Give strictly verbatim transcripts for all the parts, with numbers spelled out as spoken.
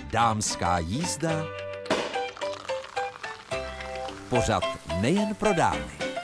Dámská jízda, pořad nejen pro dámy.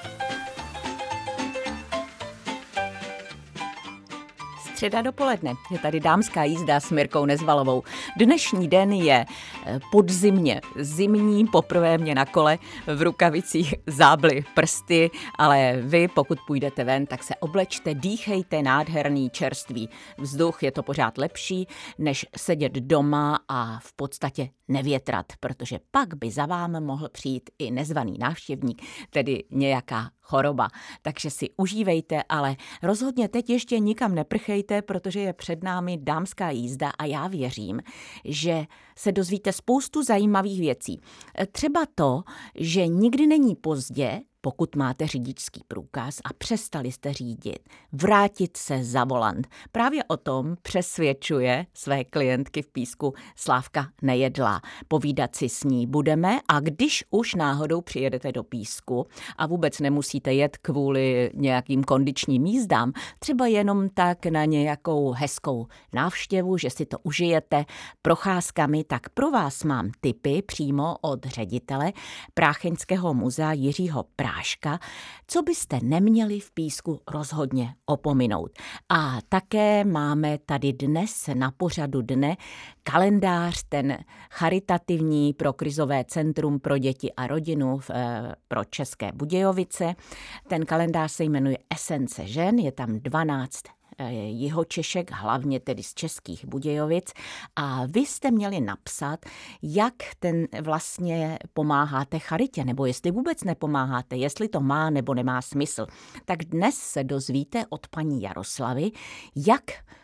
Středa dopoledne, je tady Dámská jízda s Mirkou Nezvalovou. Dnešní den je podzimně zimní, poprvé mě na kole, v rukavicích zábly prsty, ale vy, pokud půjdete ven, tak se oblečte, dýchejte nádherný čerstvý vzduch, je to pořád lepší, než sedět doma a v podstatě nevětrat, protože pak by za vám mohl přijít i nezvaný návštěvník, tedy nějaká choroba. Takže si užívejte, ale rozhodně teď ještě nikam neprchejte, protože je před námi Dámská jízda a já věřím, že se dozvíte spoustu zajímavých věcí. Třeba to, že nikdy není pozdě, pokud máte řidičský průkaz a přestali jste řídit, vrátit se za volant. Právě o tom přesvědčuje své klientky v Písku Slávka Nejedlá. Povídat si s ní budeme a když už náhodou přijedete do Písku a vůbec nemusíte jet kvůli nějakým kondičním jízdám, třeba jenom tak na nějakou hezkou návštěvu, že si to užijete procházkami, tak pro vás mám tipy přímo od ředitele Prácheňského muzea Jiřího Práška, co byste neměli v Písku rozhodně opominout. A také máme tady dnes na pořadu dne kalendář, ten charitativní pro krizové centrum pro děti a rodinu v, pro České Budějovice. Ten kalendář se jmenuje Esence žen, je tam dvanáct Jihočešek, hlavně tedy z Českých Budějovic, a vy jste měli napsat, jak ten vlastně pomáháte charitě, nebo jestli vůbec nepomáháte, jestli to má nebo nemá smysl. Tak dnes se dozvíte od paní Jaroslavy, jak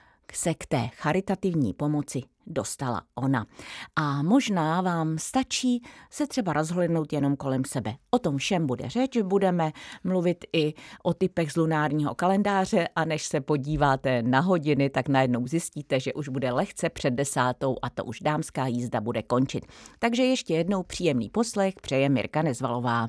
se k té charitativní pomoci dostala ona. A možná vám stačí se třeba rozhlédnout jenom kolem sebe. O tom všem bude řeč, budeme mluvit i o typech z lunárního kalendáře a než se podíváte na hodiny, tak najednou zjistíte, že už bude lehce před desátou a to už Dámská jízda bude končit. Takže ještě jednou příjemný poslech přeje Mirka Nezvalová.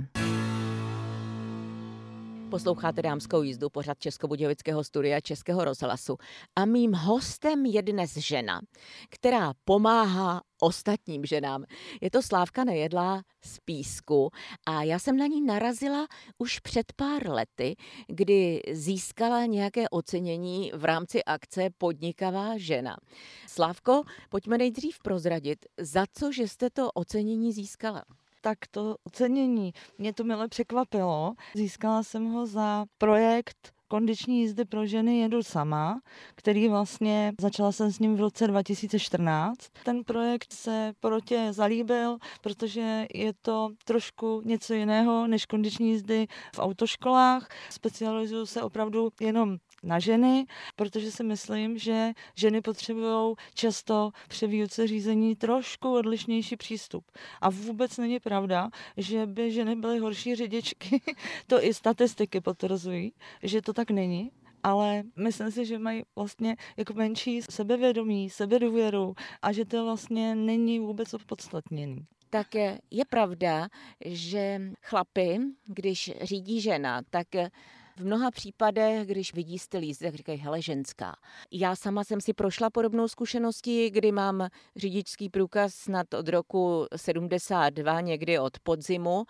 Posloucháte Dámskou jízdu, pořad Českobudějovického studia Českého rozhlasu. A mým hostem je dnes žena, která pomáhá ostatním ženám. Je to Slávka Nejedlá z Písku a já jsem na ní narazila už před pár lety, kdy získala nějaké ocenění v rámci akce Podnikavá žena. Slávko, pojďme nejdřív prozradit, za co, že jste to ocenění získala? Tak to ocenění mě to mile překvapilo. Získala jsem ho za projekt kondiční jízdy pro ženy Jedu sama, který vlastně začala jsem s ním v roce dva tisíce čtrnáct. Ten projekt se porotě zalíbil, protože je to trošku něco jiného než kondiční jízdy v autoškolách. Specializuju se opravdu jenom na ženy, protože si myslím, že ženy potřebují často při výuce řízení trošku odlišnější přístup. A vůbec není pravda, že by ženy byly horší řidičky. To i statistiky potvrzují, že to tak není. Ale myslím si, že mají vlastně jako menší sebevědomí, sebedůvěru a že to vlastně není vůbec opodstatněný. Tak je pravda, že chlapi, když řídí žena, tak v mnoha případech, když vidí styl jízdy, tak říkají, hele, ženská. Já sama jsem si prošla podobnou zkušeností, kdy mám řidičský průkaz snad od roku sedmdesát dva, někdy od podzimu,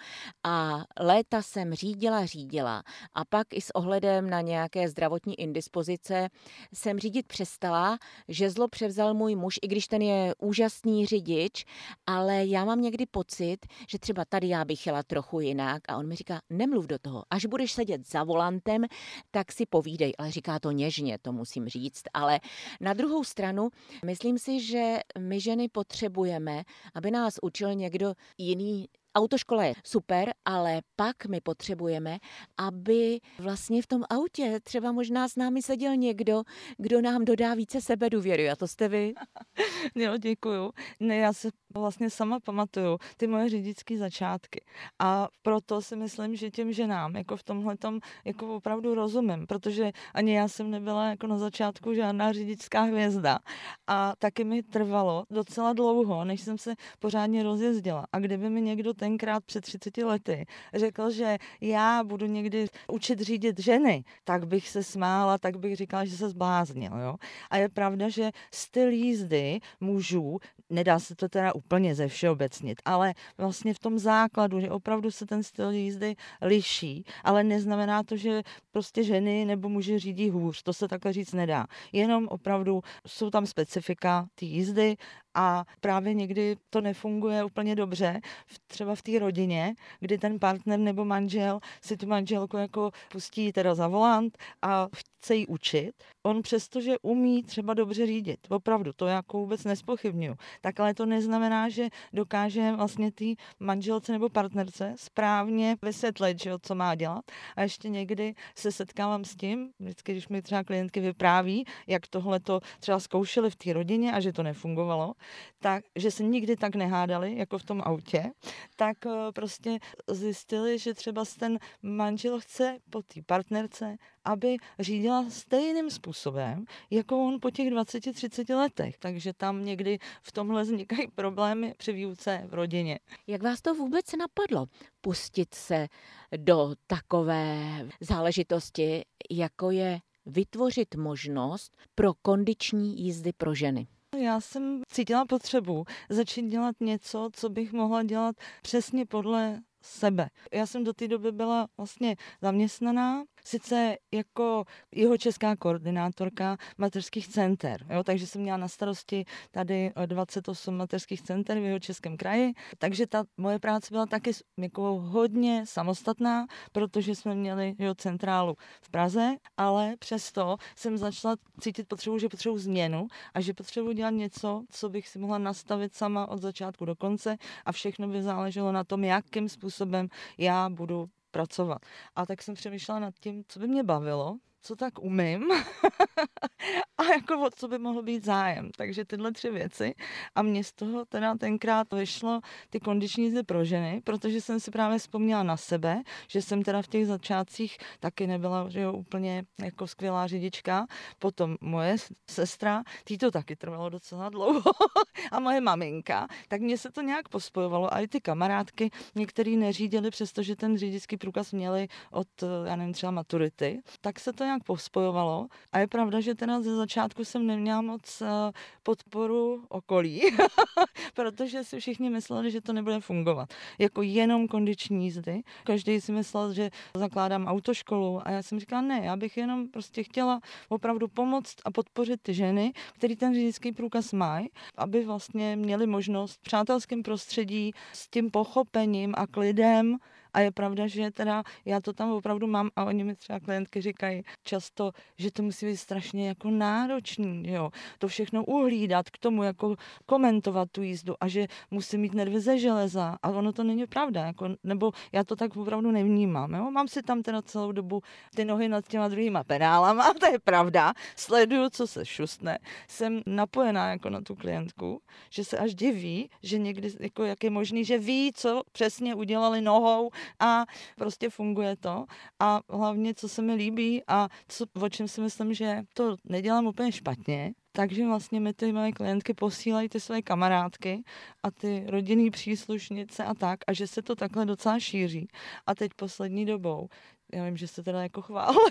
a léta jsem řídila, řídila. A pak i s ohledem na nějaké zdravotní indispozice jsem řídit přestala. Žezlo převzal můj muž, i když ten je úžasný řidič, ale já mám někdy pocit, že třeba tady já bych jela trochu jinak a on mi říká, nemluv do toho, až budeš sedět za volantem, tak si povídej, ale říká to něžně, to musím říct, ale na druhou stranu myslím si, že my ženy potřebujeme, aby nás učil někdo jiný. Autoškola je super, ale pak my potřebujeme, aby vlastně v tom autě třeba možná s námi seděl někdo, kdo nám dodá více sebedůvěry. A to jste vy? Jo, děkuju. Ne, já se vlastně sama pamatuju ty moje řidičské začátky. A proto si myslím, že těm ženám jako v tomhletom jako opravdu rozumím, protože ani já jsem nebyla jako na začátku žádná řidičská hvězda. A taky mi trvalo docela dlouho, než jsem se pořádně rozjezdila. A kdyby mi někdo tenkrát před třiceti lety řekl, že já budu někdy učit řídit ženy, tak bych se smála, tak bych říkala, že se zbláznil. Jo? A je pravda, že styl jízdy mužů, nedá se to teda úplně ze všeobecnit, ale vlastně v tom základu, že opravdu se ten styl jízdy liší, ale neznamená to, že prostě ženy nebo muži řídí hůř, to se takhle říct nedá. Jenom opravdu jsou tam specifika té jízdy a právě někdy to nefunguje úplně dobře, třeba v té rodině, kdy ten partner nebo manžel si tu manželku jako pustí teda za volant a chce jí učit. On přestože umí třeba dobře řídit, opravdu, to jako vůbec nespochybnuju, tak ale to neznamená, že dokáže vlastně té manželce nebo partnerce správně vysvětlit, že jo, co má dělat. A ještě někdy se setkávám s tím, vždycky, když mi třeba klientky vypráví, jak tohle to třeba zkoušeli v té rodině a že to nefungovalo, tak, že se nikdy tak nehádali, jako v tom autě, tak prostě zjistili, že třeba ten manžel chce po té partnerce, aby řídila stejným způsobem, jako on po těch dvaceti třiceti letech. Takže tam někdy v tomhle vznikají problémy při výuce v rodině. Jak vás to vůbec napadlo pustit se do takové záležitosti, jako je vytvořit možnost pro kondiční jízdy pro ženy? Já jsem cítila potřebu začít dělat něco, co bych mohla dělat přesně podle sebe. Já jsem do té doby byla vlastně zaměstnaná, sice jako jihočeská koordinátorka mateřských center, jo, takže jsem měla na starosti tady dvacet osm mateřských center v Jihočeském kraji, takže ta moje práce byla taky jako hodně samostatná, protože jsme měli jo, centrálu v Praze, ale přesto jsem začala cítit potřebu, že potřebuji změnu a že potřebuji dělat něco, co bych si mohla nastavit sama od začátku do konce a všechno by záleželo na tom, jakým způsobem já budu pracovat. A tak jsem přemýšlela nad tím, co by mě bavilo, co tak umím a jako o co by mohl být zájem. Takže tyhle tři věci. A mně z toho teda tenkrát vyšlo ty kondiční jízdy pro ženy, protože jsem si právě vzpomněla na sebe, že jsem teda v těch začátcích taky nebyla že jo, úplně jako skvělá řidička. Potom moje sestra, tý to taky trvalo docela dlouho a moje maminka. Tak mně se to nějak pospojovalo a i ty kamarádky některý neřídili, přestože ten řidičský průkaz měli od, já nevím, třeba maturity. Tak se to nějak pospojovalo a je pravda, že teda ze začátku jsem neměla moc podporu okolí, protože si všichni mysleli, že to nebude fungovat. Jako jenom kondiční jízdy. Každý si myslel, že zakládám autoškolu a já jsem říkala, ne, já bych jenom prostě chtěla opravdu pomoct a podpořit ty ženy, který ten řidičský průkaz mají, aby vlastně měli možnost v přátelském prostředí s tím pochopením a klidem. A je pravda, že teda já to tam opravdu mám a oni mi třeba klientky říkají často, že to musí být strašně jako náročný, jo. To všechno uhlídat, k tomu jako komentovat tu jízdu a že musí mít nervy ze železa. A ono to není pravda, jako, nebo já to tak opravdu nevnímám, jo. Mám si tam teda celou dobu ty nohy nad těma druhýma pedálama, to je pravda. Sleduju, co se šustne. Jsem napojená jako na tu klientku, že se až diví, že někdy jako jak je možný, že ví, co přesně udělali nohou, a prostě funguje to. A hlavně, co se mi líbí a co, o čem si myslím, že to nedělám úplně špatně, takže vlastně mi ty moje klientky posílají ty své kamarádky a ty rodinný příslušnice a tak, a že se to takhle docela šíří. A teď poslední dobou, já vím, že se teda jako chválím,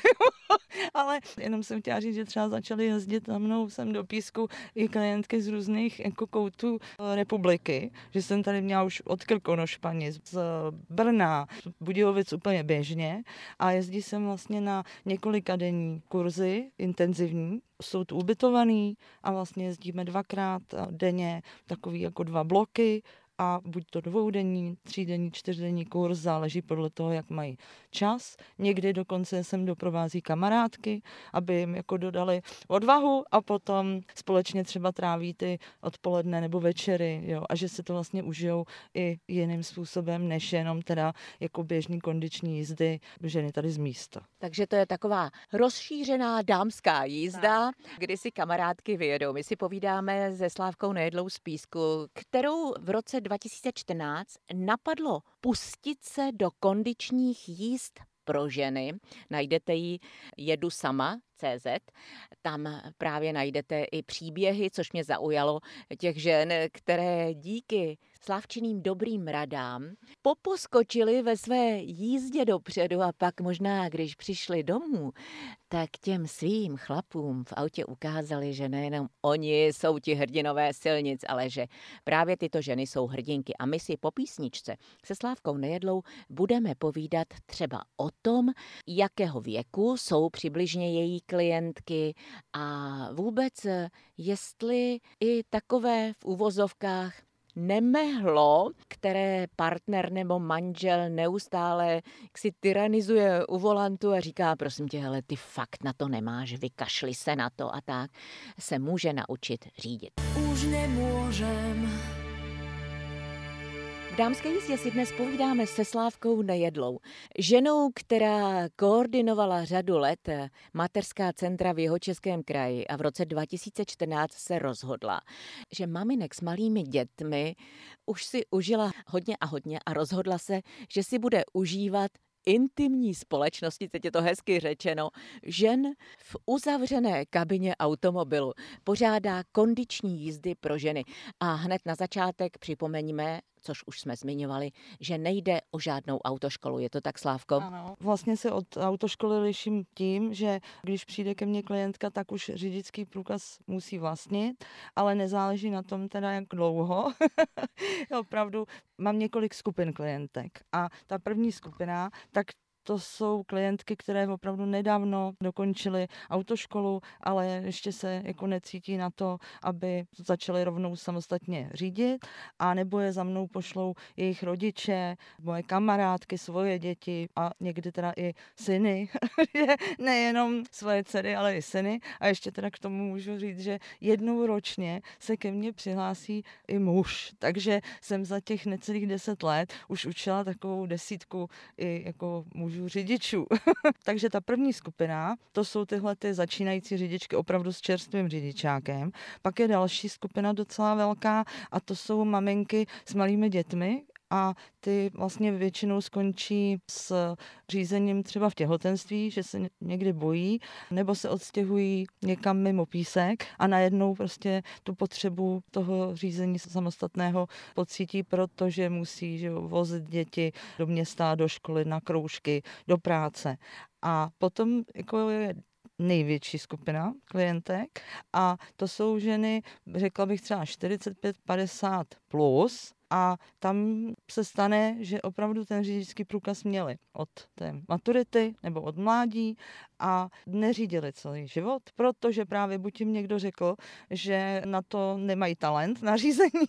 ale jenom jsem chtěla říct, že třeba začaly jezdit za mnou sem do Písku i klientky z různých jako koutů republiky, že jsem tady měla už od Krkonošpaní, z Brna, Budějovic úplně běžně a jezdí sem vlastně na několika denní kurzy intenzivní, jsou tu ubytovaný a vlastně jezdíme dvakrát denně takový jako dva bloky a buď to dvoudenní, třídenní, čtyřdenní kurz, záleží podle toho, jak mají čas. Někdy dokonce sem doprovází kamarádky, aby jim jako dodali odvahu a potom společně třeba tráví ty odpoledne nebo večery, jo, a že si to vlastně užijou i jiným způsobem, než jenom teda jako běžný kondiční jízdy ženy tady z místa. Takže to je taková rozšířená dámská jízda, kdy si kamarádky vyjedou. My si povídáme se Slávkou Nejedlou z Písku, kterou v roce dva tisíce čtrnáct napadlo pustit se do kondičních jízd pro ženy. Najdete ji Jedu sama, cé zet. Tam právě najdete i příběhy, což mě zaujalo, těch žen, které díky Slávčiným dobrým radám poposkočily ve své jízdě dopředu a pak možná, když přišli domů, tak těm svým chlapům v autě ukázali, že nejenom oni jsou ti hrdinové silnic, ale že právě tyto ženy jsou hrdinky. A my si po písničce se Slávkou Nejedlou budeme povídat třeba o tom, jakého věku jsou přibližně její klientky a vůbec jestli i takové v uvozovkách nemehlo, které partner nebo manžel neustále si tyranizuje u volantu a říká, prosím tě, hele, ty fakt na to nemáš, vykašli se na to a tak, se může naučit řídit. Už nemůžem. V Dámské jízdě si dnes povídáme se Slávkou Nejedlou, ženou, která koordinovala řadu let mateřská centra v Jihočeském kraji a v roce dva tisíce čtrnáct se rozhodla, že maminek s malými dětmi už si užila hodně a hodně a rozhodla se, že si bude užívat intimní společnosti, teď je to hezky řečeno, žen v uzavřené kabině automobilu. Pořádá kondiční jízdy pro ženy. A hned na začátek připomeňme, což už jsme zmiňovali, že nejde o žádnou autoškolu. Je to tak, Slávko? Ano. Vlastně se od autoškoly liším tím, že když přijde ke mně klientka, tak už řidičský průkaz musí vlastnit, ale nezáleží na tom teda, jak dlouho. Opravdu mám několik skupin klientek a ta první skupina, tak to jsou klientky, které opravdu nedávno dokončily autoškolu, ale ještě se jako necítí na to, aby začaly rovnou samostatně řídit, a nebo je za mnou pošlou jejich rodiče, moje kamarádky, svoje děti a někdy teda i syny, nejenom svoje dcery, ale i syny. A ještě teda k tomu můžu říct, že jednou ročně se ke mně přihlásí i muž, takže jsem za těch necelých deset let už učila takovou desítku i jako mužů řidičů. Takže ta první skupina, to jsou tyhle ty začínající řidičky opravdu s čerstvým řidičákem. Pak je další skupina docela velká a to jsou maminky s malými dětmi, a ty vlastně většinou skončí s řízením třeba v těhotenství, že se někdy bojí, nebo se odstěhují někam mimo Písek a najednou prostě tu potřebu toho řízení samostatného pocítí, protože musí, že jo, vozit děti do města, do školy, na kroužky, do práce. A potom jako je největší skupina klientek a to jsou ženy, řekla bych třeba čtyřicet pět padesát plus, a tam se stane, že opravdu ten řidičský průkaz měli od té maturity nebo od mládí a neřídili celý život, protože právě buď jim někdo řekl, že na to nemají talent na řízení,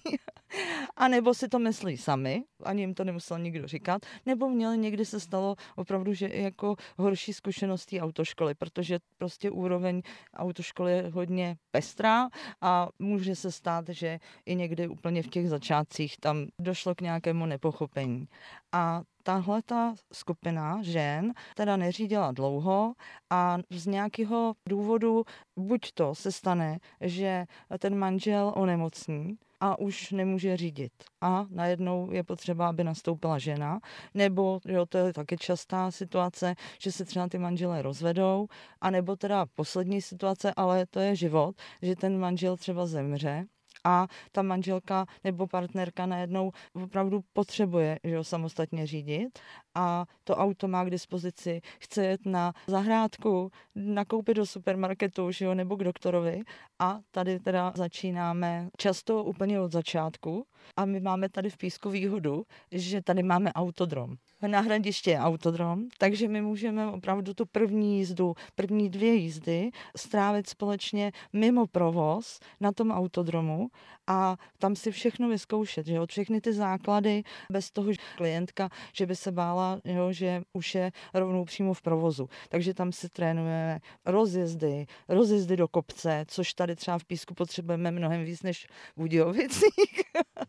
anebo si to myslí sami, ani jim to nemusel nikdo říkat, nebo měli, někdy se stalo opravdu, že i jako horší zkušeností autoškoly, protože prostě úroveň autoškoly je hodně pestrá a může se stát, že i někdy úplně v těch začátcích tam došlo k nějakému nepochopení. A tahle ta skupina žen teda neřídila dlouho a z nějakého důvodu buď to se stane, že ten manžel onemocní a už nemůže řídit. A najednou je potřeba, aby nastoupila žena, nebo jo, to je taky častá situace, že se třeba ty manželé rozvedou, a nebo teda poslední situace, ale to je život, že ten manžel třeba zemře a ta manželka nebo partnerka najednou opravdu potřebuje, že jo, samostatně řídit a to auto má k dispozici, chce jet na zahrádku, nakoupit do supermarketu, že jo, nebo k doktorovi, a tady teda začínáme často úplně od začátku a my máme tady v Písku výhodu, že tady máme autodrom. Na Hradišti je autodrom, takže my můžeme opravdu tu první jízdu, první dvě jízdy strávit společně mimo provoz na tom autodromu a tam si všechno vyzkoušet, že jo, všechny ty základy, bez toho, že klientka, že by se bála, jo, že už je rovnou přímo v provozu. Takže tam si trénujeme rozjezdy, rozjezdy do kopce, což tady třeba v Písku potřebujeme mnohem víc než v Budějovicích.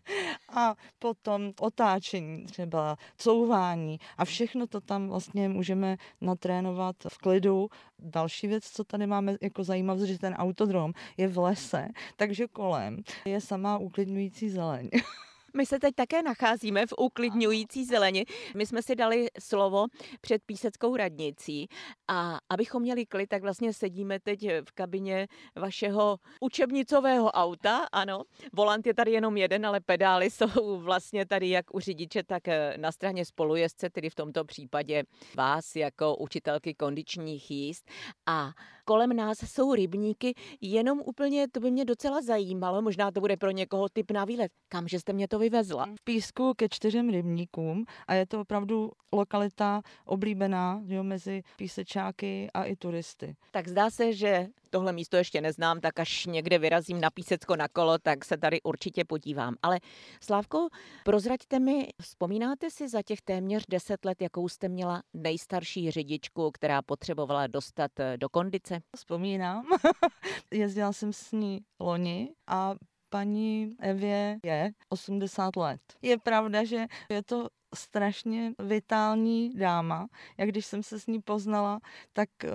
A potom otáčení, třeba couvání a všechno to tam vlastně můžeme natrénovat v klidu. Další věc, co tady máme jako zajímavost, že ten autodrom je v lese, takže kolem je samá uklidňující zeleň. My se teď také nacházíme v uklidňující zeleni. My jsme si dali slovo před Píseckou radnicí a abychom měli klid, tak vlastně sedíme teď v kabině vašeho učebnicového auta. Ano, volant je tady jenom jeden, ale pedály jsou vlastně tady jak u řidiče, tak na straně spolujezdce, tedy v tomto případě vás jako učitelky kondičních jízd. A kolem nás jsou rybníky, jenom úplně, to by mě docela zajímalo, možná to bude pro někoho tip na výlet. Kamže jste mě to vyvezla? V Písku ke čtyřem rybníkům a je to opravdu lokalita oblíbená, jo, mezi písečáky a i turisty. Tak zdá se, že tohle místo ještě neznám, tak až někde vyrazím na Písecko na kolo, tak se tady určitě podívám. Ale Slávko, prozraďte mi, vzpomínáte si za těch téměř deset let, jakou jste měla nejstarší řidičku, která potřebovala dostat do kondice? Vzpomínám. Jezdila jsem s ní loni a paní Evě je osmdesát let. Je pravda, že je to strašně vitální dáma. Jak když jsem se s ní poznala, tak uh,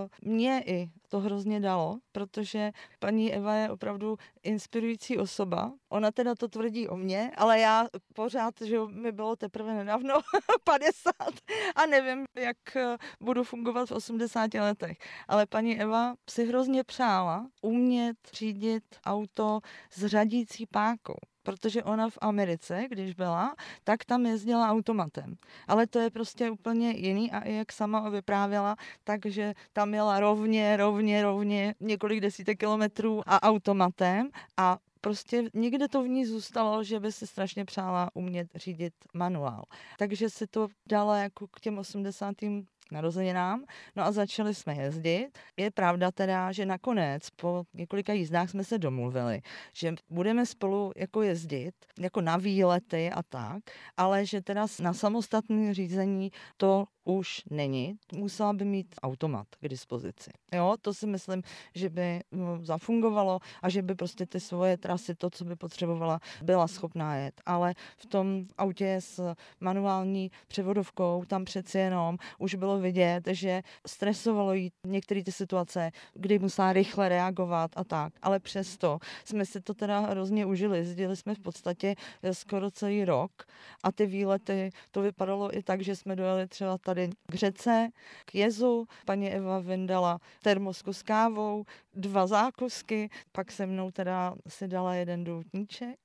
mě i to hrozně dalo, protože paní Eva je opravdu inspirující osoba. Ona teda to tvrdí o mně, ale já pořád, že mi bylo teprve nedávno padesát a nevím, jak budu fungovat v osmdesáti letech. Ale paní Eva si hrozně přála umět řídit auto s řadící pákou. Protože ona v Americe, když byla, tak tam jezdila automatem. Ale to je prostě úplně jiný a i jak sama vyprávěla, takže tam jela rovně, rovně, rovně několik desítek kilometrů a automatem a prostě někde to v ní zůstalo, že by si strašně přála umět řídit manuál. Takže si to dala jako k těm osmdesátým narozeninám, no a začali jsme jezdit. Je pravda teda, že nakonec po několika jízdách jsme se domluvili, že budeme spolu jako jezdit, jako na výlety a tak, ale že teda na samostatné řízení to už není. Musela by mít automat k dispozici. Jo, to si myslím, že by zafungovalo a že by prostě ty svoje trasy, to, co by potřebovala, byla schopná jet. Ale v tom autě s manuální převodovkou tam přeci jenom už bylo vidět, že stresovalo jí některé ty situace, kdy musela rychle reagovat a tak. Ale přesto jsme si to teda hrozně užili. Jezdili jsme v podstatě skoro celý rok a ty výlety, to vypadalo i tak, že jsme dojeli třeba tady k řece, k jezu. Paní Eva vyndala termosku s kávou, dva zákusky, pak se mnou teda si dala jeden doutníček.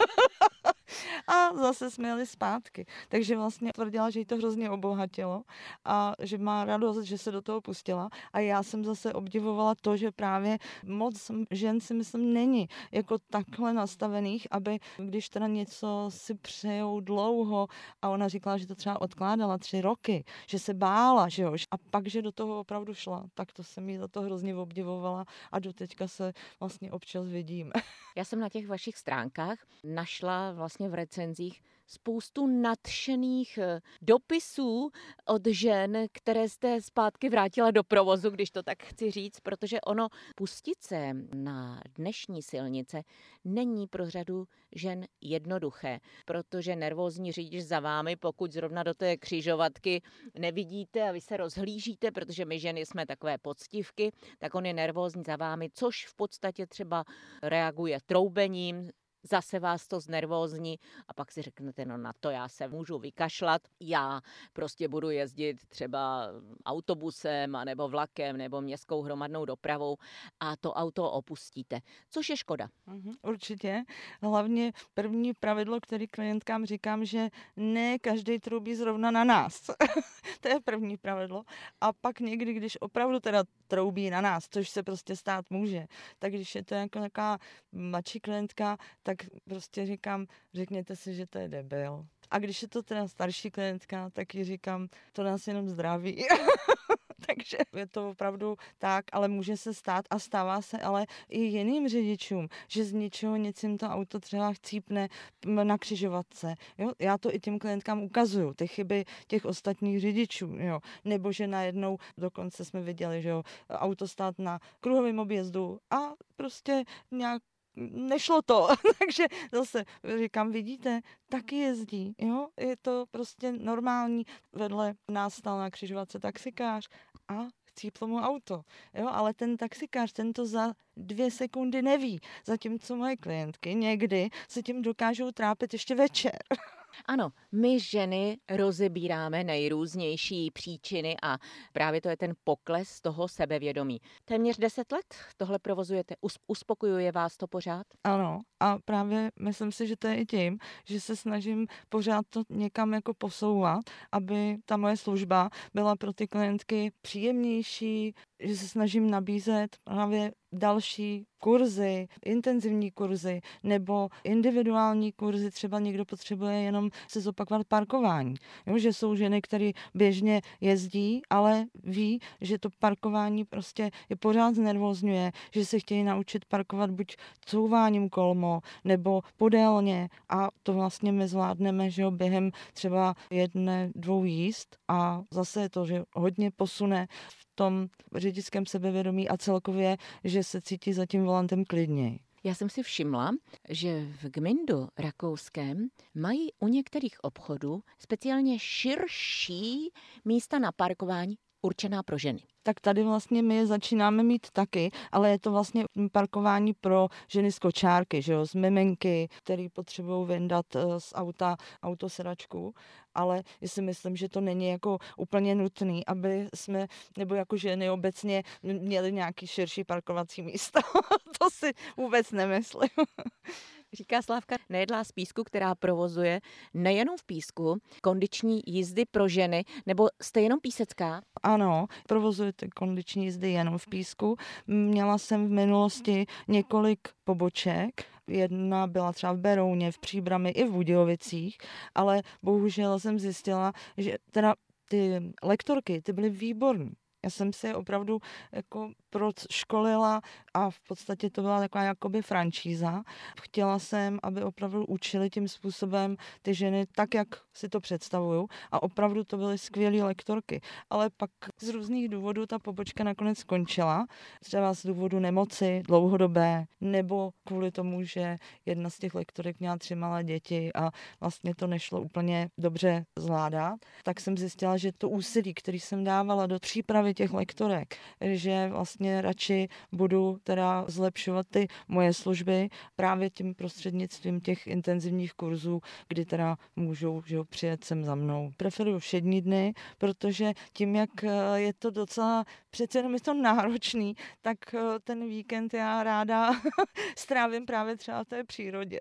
A zase jsme jeli zpátky. Takže vlastně tvrdila, že jí to hrozně obohatilo a že má radost, že se do toho pustila. A já jsem zase obdivovala to, že právě moc žen si myslím není jako takhle nastavených, aby když teda něco si přejou dlouho a ona říkala, že to třeba odkládala tři roky, že se bála, že jo, a pak, že do toho opravdu šla, tak to jsem jí za to hrozně obdivovala a doteďka se vlastně občas vidím. Já jsem na těch vašich stránkách našla vlastně v recenzích spoustu nadšených dopisů od žen, které jste zpátky vrátila do provozu, když to tak chci říct, protože ono pustit se na dnešní silnice není pro řadu žen jednoduché, protože nervózní řidič za vámi, pokud zrovna do té křižovatky nevidíte a vy se rozhlížíte, protože my ženy jsme takové poctivky, tak on je nervózní za vámi, což v podstatě třeba reaguje troubením, zase vás to znervózní a pak si řeknete, no na to já se můžu vykašlat, já prostě budu jezdit třeba autobusem nebo vlakem nebo městskou hromadnou dopravou a to auto opustíte, což je škoda. Určitě. Hlavně první pravidlo, který klientkám říkám, že ne každý troubí zrovna na nás. To je první pravidlo. A pak někdy, když opravdu teda troubí na nás, což se prostě stát může, tak když je to jako nějaká mladší klientka, tak prostě říkám, řekněte si, že to je debil. A když je to teda starší klientka, tak ji říkám, to nás jenom zdraví. Takže je to opravdu tak, ale může se stát a stává se ale i jiným řidičům, že z ničeho nic jim to auto třeba chcípne na křižovatce. Jo? Já to i těm klientkám ukazuju, ty chyby těch ostatních řidičů. Jo? Nebo že najednou, dokonce jsme viděli, že jo, auto stát na kruhovém objezdu a prostě nějak nešlo to, takže zase říkám, vidíte, taky jezdí, jo, je to prostě normální. Vedle nás stál na křižovatce taxikář a chcíplo mu auto. Jo, ale ten taxikář, ten to za dvě sekundy neví. Zatímco moje klientky někdy se tím dokážou trápit ještě večer. Ano, my ženy rozebíráme nejrůznější příčiny a právě to je ten pokles toho sebevědomí. Téměř deset let tohle provozujete. Uspokojuje vás to pořád? Ano, a právě myslím si, že to je i tím, že se snažím pořád to někam jako posouvat, aby ta moje služba byla pro ty klientky příjemnější, že se snažím nabízet právě další kurzy, intenzivní kurzy nebo individuální kurzy, třeba někdo potřebuje jenom se zopakovat parkování. Jo, že jsou ženy, které běžně jezdí, ale ví, že to parkování prostě je pořád znervózňuje, že se chtějí naučit parkovat buď couváním kolmo nebo podélně a to vlastně my zvládneme, že jo, během třeba jedné, dvou jízd a zase je to, že hodně posune v tom řidičském sebevědomí a celkově, že se cítí za tím volantem klidněji. Já jsem si všimla, že v Gmyndu rakouském mají u některých obchodů speciálně širší místa na parkování určená pro ženy. Tak tady vlastně my je začínáme mít taky, ale je to vlastně parkování pro ženy z kočárky, že jo, z miminky, který potřebují vyndat z auta autosedačku, ale já si myslím, že to není jako úplně nutný, aby jsme, nebo jako ženy obecně měli nějaký širší parkovací místa. To si vůbec nemyslím. Říká Slávka Nejedlá z Písku, která provozuje nejenom v Písku kondiční jízdy pro ženy, nebo jste jenom písecká? Ano, provozujete kondiční jízdy jenom v Písku. Měla jsem v minulosti několik poboček. Jedna byla třeba v Berouně, v Příbrami i v Budějovicích, ale bohužel jsem zjistila, že teda ty lektorky, ty byly výborné. Já jsem si je opravdu jako proškolila a v podstatě to byla taková jakoby franšíza. Chtěla jsem, aby opravdu učili tím způsobem ty ženy tak, jak si to představují a opravdu to byly skvělé lektorky. Ale pak z různých důvodů ta pobočka nakonec skončila. Třeba z důvodu nemoci dlouhodobé nebo kvůli tomu, že jedna z těch lektorek měla tři malé děti a vlastně to nešlo úplně dobře zvládat. Tak jsem zjistila, že to úsilí, který jsem dávala do přípravy těch lektorek, že vlastně radši budu teda zlepšovat ty moje služby právě tím prostřednictvím těch intenzivních kurzů, kdy teda můžou, že jo, přijet sem za mnou. Preferuju všední dny, protože tím, jak je to docela, přece jenom je to náročný, tak ten víkend já ráda strávím právě třeba v té přírodě.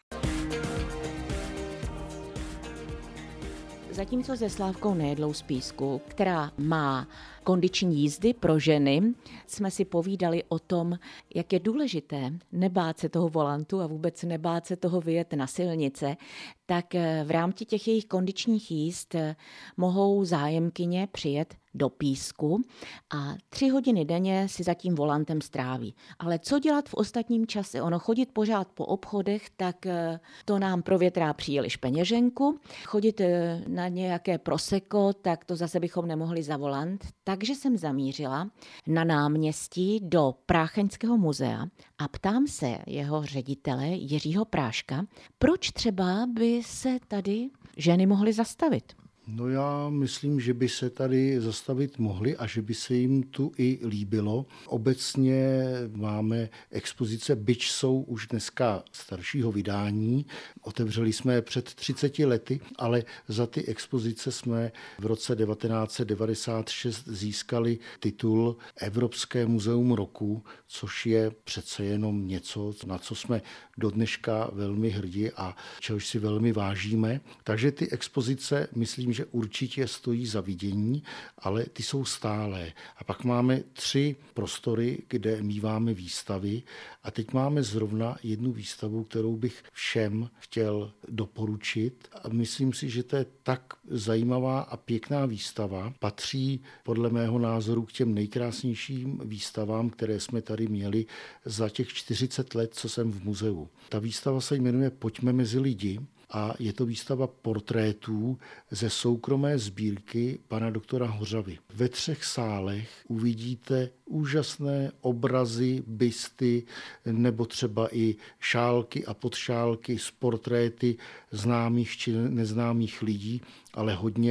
Zatímco se Slávkou Nejedlou z Písku, která má kondiční jízdy pro ženy, jsme si povídali o tom, jak je důležité nebát se toho volantu a vůbec nebát se toho vyjet na silnice, tak v rámci těch jejich kondičních jízd mohou zájemkyně přijet do Písku a tři hodiny denně si za tím volantem stráví. Ale co dělat v ostatním čase? Ono chodit pořád po obchodech, tak to nám provětrá příliš peněženku. Chodit na nějaké proseko, tak to zase bychom nemohli za volant. Takže jsem zamířila na náměstí do Prácheňského muzea a ptám se jeho ředitele Jiřího Práška, proč třeba by se tady ženy mohly zastavit. No já myslím, že by se tady zastavit mohli a že by se jim tu i líbilo. Obecně máme expozice, byť jsou už dneska staršího vydání. Otevřeli jsme je před třiceti lety, ale za ty expozice jsme v roce devatenáct set devadesát šest získali titul Evropské muzeum roku, což je přece jenom něco, na co jsme do dneška velmi hrdí a čehož si velmi vážíme. Takže ty expozice, myslím, že určitě stojí za vidění, ale ty jsou stálé. A pak máme tři prostory, kde míváme výstavy a teď máme zrovna jednu výstavu, kterou bych všem chtěl doporučit a myslím si, že to je tak zajímavá a pěkná výstava. Patří podle mého názoru k těm nejkrásnějším výstavám, které jsme tady měli za těch čtyřicet let, co jsem v muzeu. Ta výstava se jmenuje Pojďme mezi lidi a je to výstava portrétů ze soukromé sbírky pana doktora Hořavy. Ve třech sálech uvidíte úžasné obrazy, bysty nebo třeba i šálky a podšálky z portréty známých či neznámých lidí, ale hodně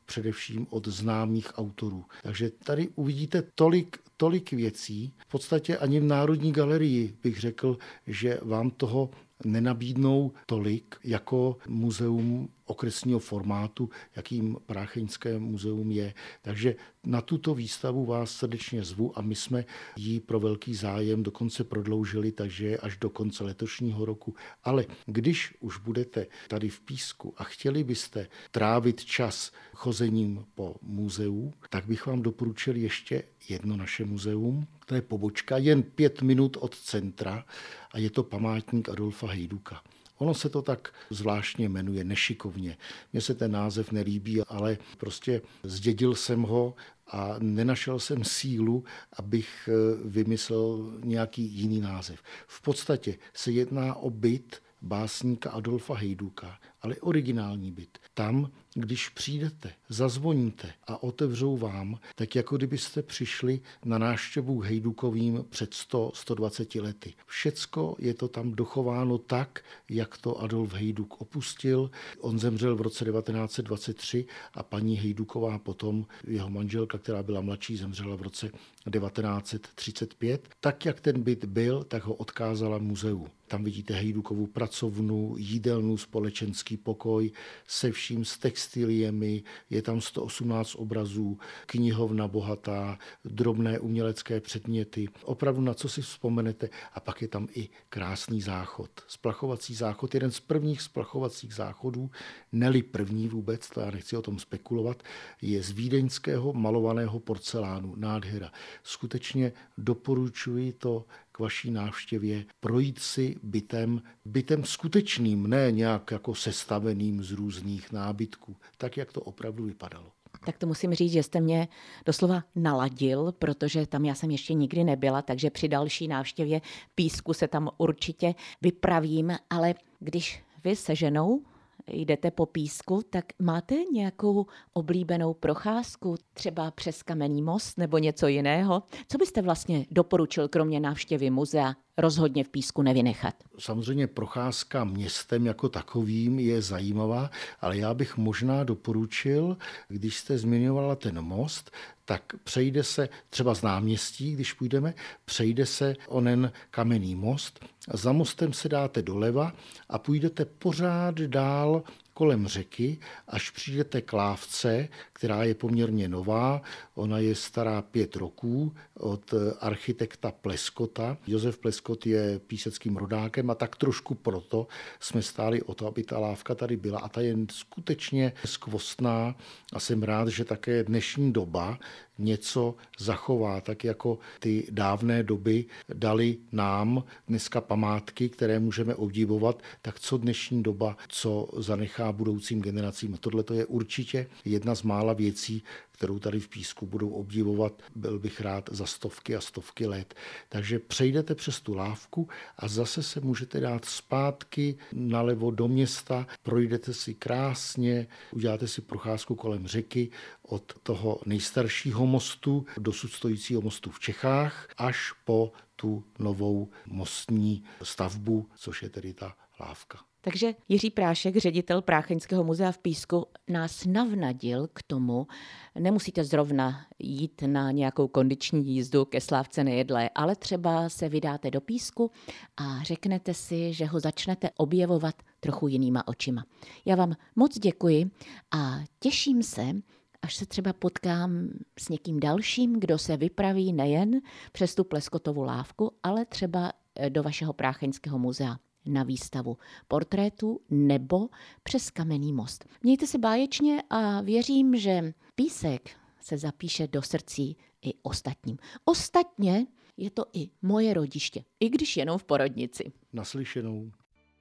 především od známých autorů. Takže tady uvidíte tolik, tolik věcí. V podstatě ani v Národní galerii bych řekl, že vám toho nenabídnou tolik jako muzeum okresního formátu, jakým Prácheňské muzeum je. Takže na tuto výstavu vás srdečně zvu a my jsme ji pro velký zájem dokonce prodloužili, takže je až do konce letošního roku. Ale když už budete tady v Písku a chtěli byste trávit čas chozením po muzeu, tak bych vám doporučil ještě jedno naše muzeum. To je pobočka jen pět minut od centra a je to památník Adolfa Hejduka. Ono se to tak zvláštně jmenuje, nešikovně. Mně se ten název nelíbí, ale prostě zdědil jsem ho a nenašel jsem sílu, abych vymyslel nějaký jiný název. V podstatě se jedná o byt básníka Adolfa Hejduka, ale originální byt. Tam, když přijdete, zazvoníte a otevřou vám, tak jako kdybyste přišli na návštěvu Hejdukovým před sto, sto dvacet lety. Všecko je to tam dochováno tak, jak to Adolf Hejduk opustil. On zemřel v roce devatenáct set dvacet tři a paní Hejduková potom, jeho manželka, která byla mladší, zemřela v roce devatenáct set třicet pět. Tak, jak ten byt byl, tak ho odkázala muzeu. Tam vidíte Hejdukovu pracovnu, jídelnu, společenský pokoj se vším, s textiliemi, je tam sto osmnáct obrazů, knihovna bohatá, drobné umělecké předměty, opravdu na co si vzpomenete. A pak je tam i krásný záchod. Splachovací záchod, jeden z prvních splachovacích záchodů, neli první vůbec, to já nechci o tom spekulovat, je z vídeňského malovaného porcelánu. Nádhera. Skutečně doporučuji to k vaší návštěvě, projít si bytem, bytem skutečným, ne nějak jako sestaveným z různých nábytků, tak, jak to opravdu vypadalo. Tak to musím říct, že jste mě doslova naladil, protože tam já jsem ještě nikdy nebyla, takže při další návštěvě Písku se tam určitě vypravím, ale když vy se ženou jdete po Písku, tak máte nějakou oblíbenou procházku, třeba přes Kamenný most nebo něco jiného? Co byste vlastně doporučil, kromě návštěvy muzea, rozhodně v Písku nevynechat? Samozřejmě procházka městem jako takovým je zajímavá, ale já bych možná doporučil, když jste zmiňovala ten most, tak přejde se třeba z náměstí, když půjdeme, přejde se onen Kamenný most, za mostem se dáte doleva a půjdete pořád dál kolem řeky, až přijdete k lávce, která je poměrně nová. Ona je stará pět roků od architekta Pleskota. Josef Pleskot je píseckým rodákem a tak trošku proto jsme stáli o to, aby ta lávka tady byla. A ta je skutečně skvostná a jsem rád, že také dnešní doba něco zachová, tak jako ty dávné doby dali nám dneska památky, které můžeme obdivovat, tak co dnešní doba, co zanechá budoucím generacím. A tohle to je určitě jedna z mála věcí, kterou tady v Písku budou obdivovat, byl bych rád za stovky a stovky let. Takže přejdete přes tu lávku a zase se můžete dát zpátky nalevo do města, projdete si krásně, uděláte si procházku kolem řeky od toho nejstaršího mostu, dosud stojícího mostu v Čechách, až po tu novou mostní stavbu, což je tedy ta lávka. Takže Jiří Prášek, ředitel Prácheňského muzea v Písku, nás navnadil k tomu, nemusíte zrovna jít na nějakou kondiční jízdu ke Slávce nejedlé, ale třeba se vydáte do Písku a řeknete si, že ho začnete objevovat trochu jinýma očima. Já vám moc děkuji a těším se, až se třeba potkám s někým dalším, kdo se vypraví nejen přes tu Pleskotovu lávku, ale třeba do vašeho Prácheňského muzea na výstavu portrétů nebo přes Kamenný most. Mějte se báječně a věřím, že Písek se zapíše do srdcí i ostatním. Ostatně je to i moje rodiště, i když jenom v porodnici. Naslyšenou.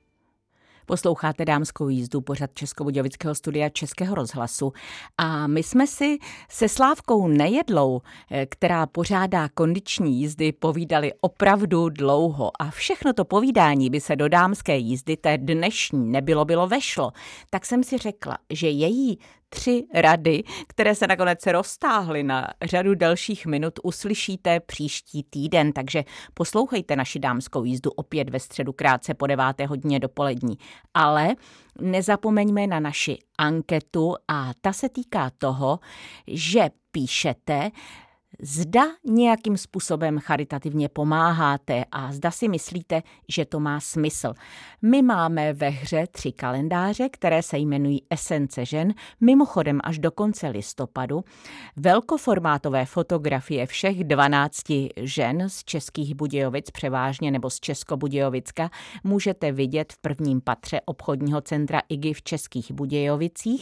Posloucháte Dámskou jízdu, pořad Českobudějovického studia Českého rozhlasu. A my jsme si se Slávkou Nejedlou, která pořádá kondiční jízdy, povídali opravdu dlouho. A všechno to povídání by se do dámské jízdy, té dnešní, nebylo bylo vešlo. Tak jsem si řekla, že její Tři rady, které se nakonec roztáhly na řadu dalších minut, uslyšíte příští týden, takže poslouchejte naši dámskou jízdu opět ve středu krátce po deváté hodině dopolední. Ale nezapomeňme na naši anketu a ta se týká toho, že píšete, zda nějakým způsobem charitativně pomáháte a zda si myslíte, že to má smysl. My máme ve hře tři kalendáře, které se jmenují Esence žen, mimochodem až do konce listopadu. Velkoformátové fotografie všech dvanácti žen z Českých Budějovic převážně nebo z Českobudějovicka můžete vidět v prvním patře obchodního centra I G I v Českých Budějovicích,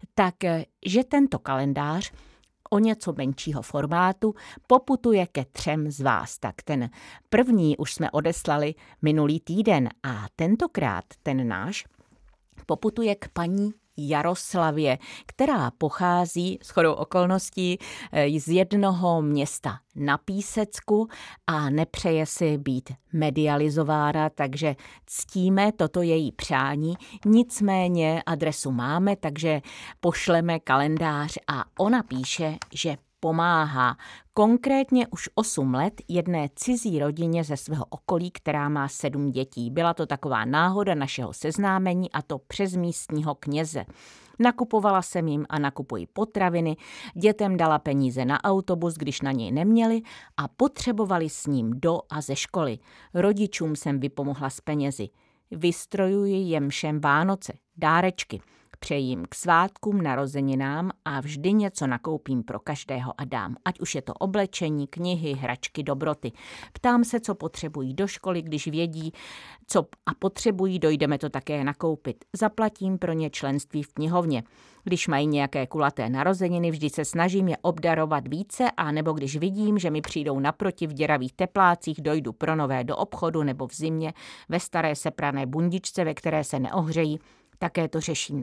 takže tento kalendář o něco menšího formátu poputuje ke třem z vás. Tak ten první už jsme odeslali minulý týden a tentokrát ten náš poputuje k paní Jaroslavě, která pochází shodou okolností z jednoho města na Písecku a nepřeje si být medializována, takže ctíme toto její přání. Nicméně adresu máme, takže pošleme kalendář a ona píše, že pomáhá konkrétně už osm let jedné cizí rodině ze svého okolí, která má sedm dětí. Byla to taková náhoda našeho seznámení a to přes místního kněze. Nakupovala jsem jim a nakupuji potraviny, dětem dala peníze na autobus, když na něj neměli a potřebovali s ním do a ze školy. Rodičům jsem vypomohla s penězi. Vystrojuji jim všem Vánoce, dárečky. Přeji jim k svátkům, narozeninám a vždy něco nakoupím pro každého a dám. Ať už je to oblečení, knihy, hračky, dobroty. Ptám se, co potřebují do školy, když vědí, co a potřebují, dojdeme to také nakoupit. Zaplatím pro ně členství v knihovně. Když mají nějaké kulaté narozeniny, vždy se snažím je obdarovat více a nebo když vidím, že mi přijdou naproti v děravých teplácích, dojdu pro nové do obchodu nebo v zimě ve staré seprané bundičce, ve které se neohřejí, také to řeším.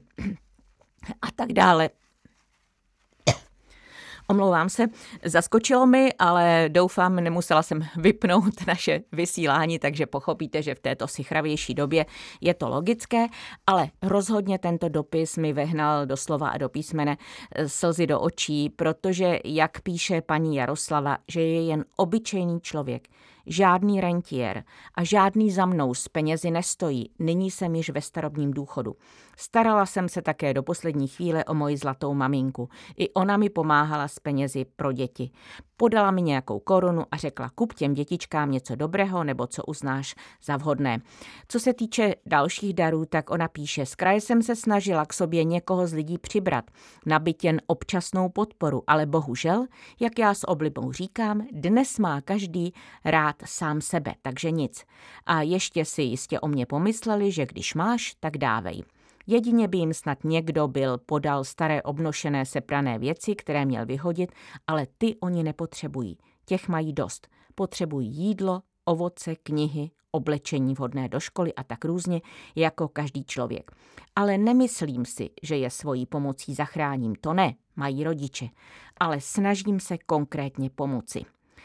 A tak dále. Omlouvám se, zaskočilo mi, ale doufám, nemusela jsem vypnout naše vysílání, takže pochopíte, že v této sichravější době je to logické, ale rozhodně tento dopis mi vehnal doslova a do písmene slzy do očí, protože, jak píše paní Jaroslava, že je jen obyčejný člověk, žádný rentiér a žádný za mnou s penězi nestojí, nyní jsem již ve starobním důchodu. Starala jsem se také do poslední chvíle o moji zlatou maminku. I ona mi pomáhala s penězi pro děti. Podala mi nějakou korunu a řekla, kup těm dětičkám něco dobrého nebo co uznáš za vhodné. Co se týče dalších darů, tak ona píše, z kraje jsem se snažila k sobě někoho z lidí přibrat, nabít jen občasnou podporu, ale bohužel, jak já s oblibou říkám, dnes má každý rád sám sebe, takže nic. A ještě si jistě o mě pomysleli, že když máš, tak dávej. Jedině by jim snad někdo byl podal staré obnošené seprané věci, které měl vyhodit, ale ty oni nepotřebují. Těch mají dost. Potřebují jídlo, ovoce, knihy, oblečení vhodné do školy a tak různě, jako každý člověk. Ale nemyslím si, že je svojí pomocí zachráním. To ne, mají rodiče. Ale snažím se konkrétně pomoci.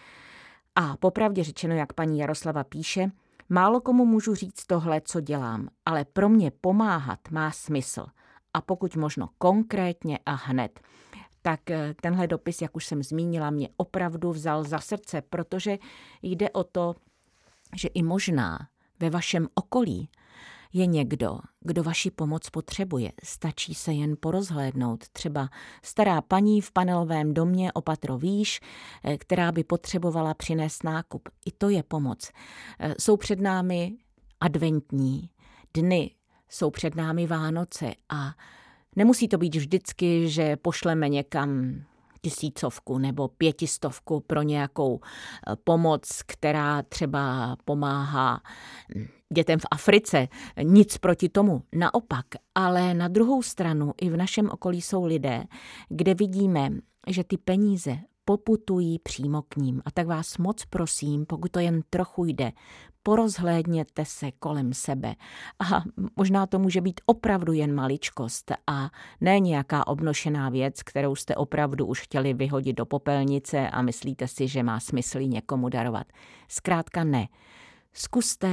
A popravdě řečeno, jak paní Jaroslava píše, málo komu můžu říct tohle, co dělám, ale pro mě pomáhat má smysl. A pokud možno konkrétně a hned. Tak tenhle dopis, jak už jsem zmínila, mě opravdu vzal za srdce, protože jde o to, že i možná ve vašem okolí je někdo, kdo vaši pomoc potřebuje. Stačí se jen porozhlédnout. Třeba stará paní v panelovém domě o patro výš, která by potřebovala přinést nákup. I to je pomoc. Jsou před námi adventní dny, jsou před námi Vánoce a nemusí to být vždycky, že pošleme někam tisícovku nebo pětistovku pro nějakou pomoc, která třeba pomáhá dětem v Africe. Nic proti tomu, naopak. Ale na druhou stranu i v našem okolí jsou lidé, kde vidíme, že ty peníze poputují přímo k ním. A tak vás moc prosím, pokud to jen trochu jde, porozhlédněte se kolem sebe. A možná to může být opravdu jen maličkost a ne nějaká obnošená věc, kterou jste opravdu už chtěli vyhodit do popelnice a myslíte si, že má smysl někomu darovat. Zkrátka ne. Zkuste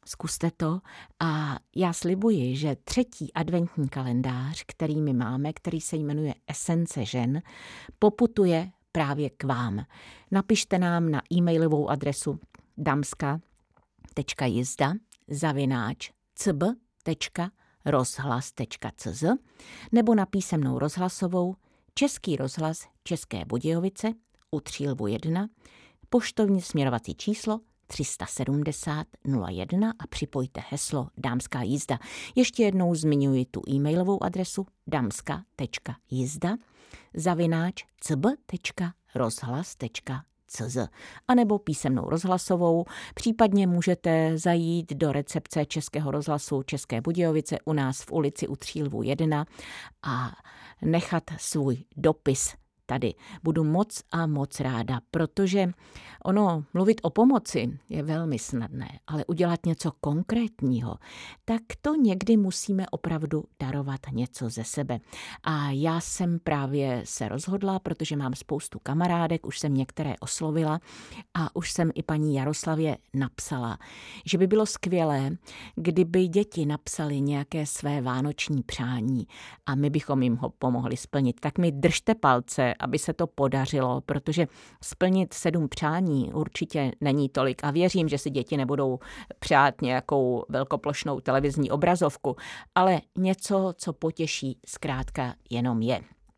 Zkuste to a já slibuji, že třetí adventní kalendář, který my máme, který se jmenuje Esence žen, poputuje právě k vám. Napište nám na e-mailovou adresu damska tečka jizda zavináč cb tečka rozhlas tečka cz nebo na písemnou rozhlasovou Český rozhlas České Budějovice u Třílbu jedna, poštovní směrovací číslo tři set sedmdesát nula jedna a připojte heslo Dámská jízda. Ještě jednou zmiňuji tu e-mailovou adresu damska tečka jizda zavináč cb tečka rozhlas tečka cz a nebo písemnou rozhlasovou. Případně můžete zajít do recepce Českého rozhlasu České Budějovice u nás v ulici u Třílvu jedna a nechat svůj dopis tady. Budu moc a moc ráda, protože ono mluvit o pomoci je velmi snadné, ale udělat něco konkrétního, tak to někdy musíme opravdu darovat něco ze sebe. A já jsem právě se rozhodla, protože mám spoustu kamarádek, už jsem některé oslovila a už jsem i paní Jaroslavě napsala, že by bylo skvělé, kdyby děti napsali nějaké své vánoční přání a my bychom jim ho pomohli splnit. Tak mi držte palce, aby se to podařilo, protože splnit sedm přání určitě není tolik a věřím, že si děti nebudou přát nějakou velkoplošnou televizní obrazovku, ale něco, co potěší, zkrátka jenom je.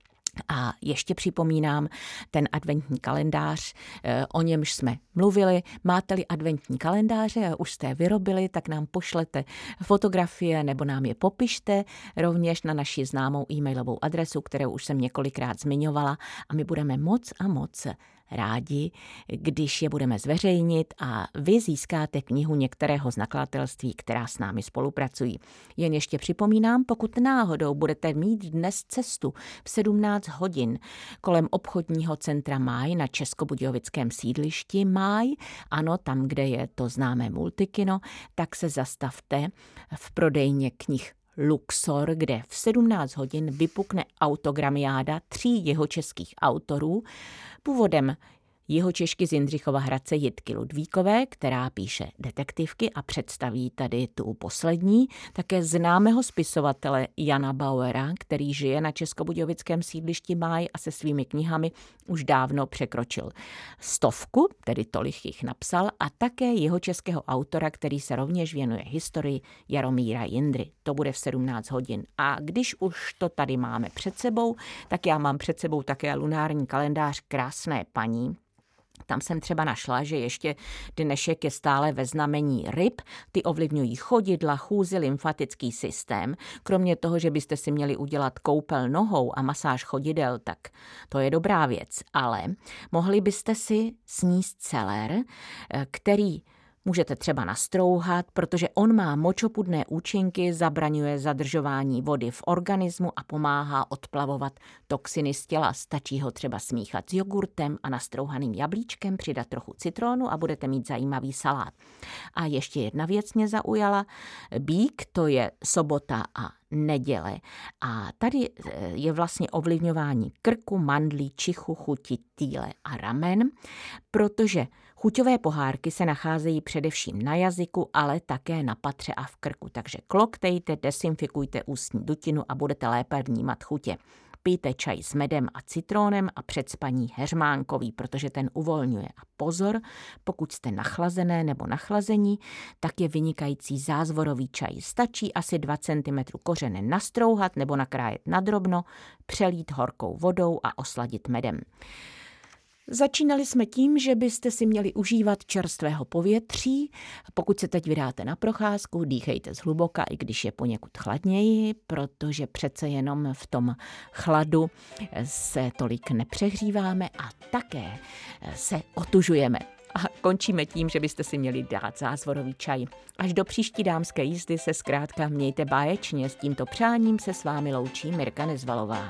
A ještě připomínám ten adventní kalendář, o němž jsme mluvili. Máte-li adventní kalendáře a už jste je vyrobili, tak nám pošlete fotografie nebo nám je popište rovněž na naši známou e-mailovou adresu, kterou už jsem několikrát zmiňovala a my budeme moc a moc rádi, když je budeme zveřejnit a vy získáte knihu některého z nakladatelství, která s námi spolupracují. Jen ještě připomínám, pokud náhodou budete mít dnes cestu v sedmnáct hodin kolem obchodního centra Máj na českobudějovickém sídlišti Máj, ano, tam, kde je to známé multikino, tak se zastavte v prodejně knih Luxor, kde v sedmnáct hodin vypukne autogramiáda tří jihočeských autorů, původem Jihočešky z Jindřichova Hradce Jitky Ludvíkové, která píše detektivky a představí tady tu poslední, také známého spisovatele Jana Bauera, který žije na českobudějovickém sídlišti Máj a se svými knihami už dávno překročil stovku, tedy tolik jich napsal, a také jihočeského autora, který se rovněž věnuje historii, Jaromíra Jindry. To bude v sedmnáct hodin. A když už to tady máme před sebou, tak já mám před sebou také lunární kalendář Krásné paní. Tam jsem třeba našla, že ještě dnešek je stále ve znamení ryb, ty ovlivňují chodidla, chůzi, lymfatický systém. Kromě toho, že byste si měli udělat koupel nohou a masáž chodidel, tak to je dobrá věc. Ale mohli byste si sníst celer, který můžete třeba nastrouhat, protože on má močopudné účinky, zabraňuje zadržování vody v organismu a pomáhá odplavovat toxiny z těla. Stačí ho třeba smíchat s jogurtem a nastrouhaným jablíčkem, přidat trochu citrónu a budete mít zajímavý salát. A ještě jedna věc mě zaujala. Bík, to je sobota a neděle. A tady je vlastně ovlivňování krku, mandlí, čichu, chuti, týle a ramen, protože chuťové pohárky se nacházejí především na jazyku, ale také na patře a v krku. Takže kloktejte, desinfikujte ústní dutinu a budete lépe vnímat chutě. Pijte čaj s medem a citrónem a před spaní heřmánkový, protože ten uvolňuje. A pozor, pokud jste nachlazené nebo nachlazení, tak je vynikající zázvorový čaj. Stačí asi dva centimetry kořene nastrouhat nebo nakrájet nadrobno, přelít horkou vodou a osladit medem. Začínali jsme tím, že byste si měli užívat čerstvého povětří. Pokud se teď vydáte na procházku, dýchejte zhluboka, i když je poněkud chladněji, protože přece jenom v tom chladu se tolik nepřehříváme a také se otužujeme. A končíme tím, že byste si měli dát zázvorový čaj. Až do příští dámské jízdy se zkrátka mějte báječně. S tímto přáním se s vámi loučí Mirka Nezvalová.